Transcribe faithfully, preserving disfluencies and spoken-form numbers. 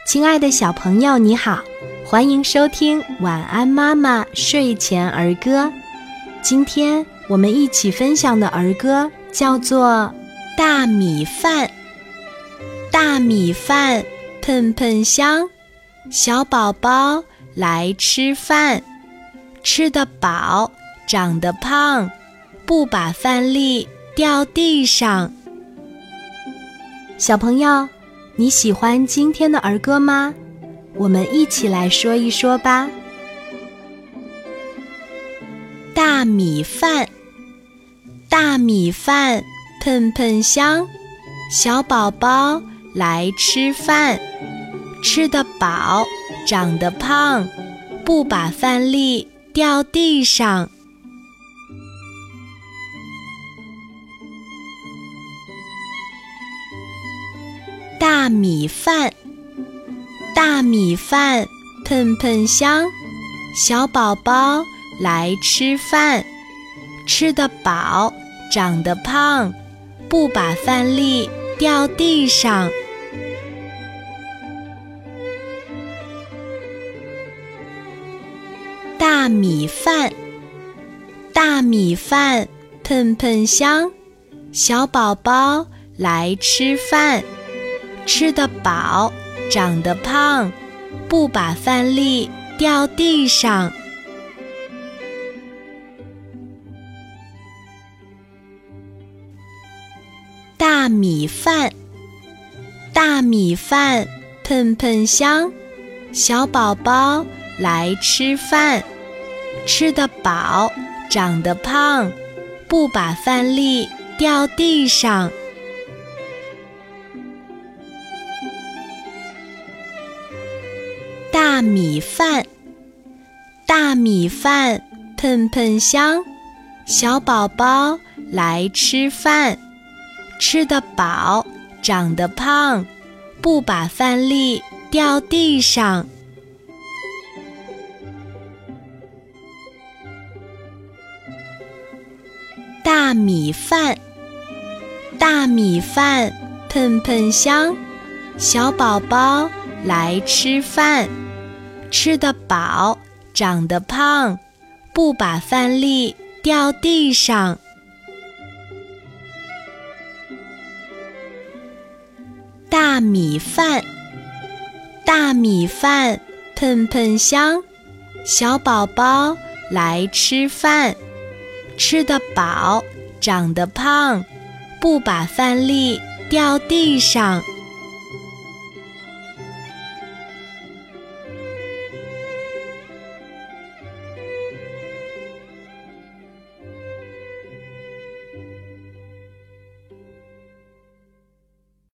亲爱的小朋友你好，欢迎收听晚安妈妈睡前儿歌。今天我们一起分享的儿歌叫做大米饭。大米饭喷喷香，小宝宝来吃饭，吃得饱，长得胖，不把饭粒掉地上。小朋友，你喜欢今天的儿歌吗？我们一起来说一说吧。大米饭，大米饭喷喷香，小宝宝来吃饭，吃得饱，长得胖，不把饭粒掉地上。大米饭，大米饭喷喷香，小宝宝来吃饭，吃得饱，长得胖，不把饭粒掉地上。大米饭，大米饭喷喷香，小宝宝来吃饭，吃得饱，长得胖，不把饭粒掉地上。大米饭，大米饭喷喷香，小宝宝来吃饭，吃得饱，长得胖，不把饭粒掉地上。大米饭，大米饭喷喷香，小宝宝来吃饭，吃得饱，长得胖，不把饭粒掉地上。大米饭，大米饭喷喷香，小宝宝来吃饭，吃得饱，长得胖，不把饭粒掉地上。大米饭，大米饭喷喷香，小宝宝来吃饭，吃得饱，长得胖，不把饭粒掉地上。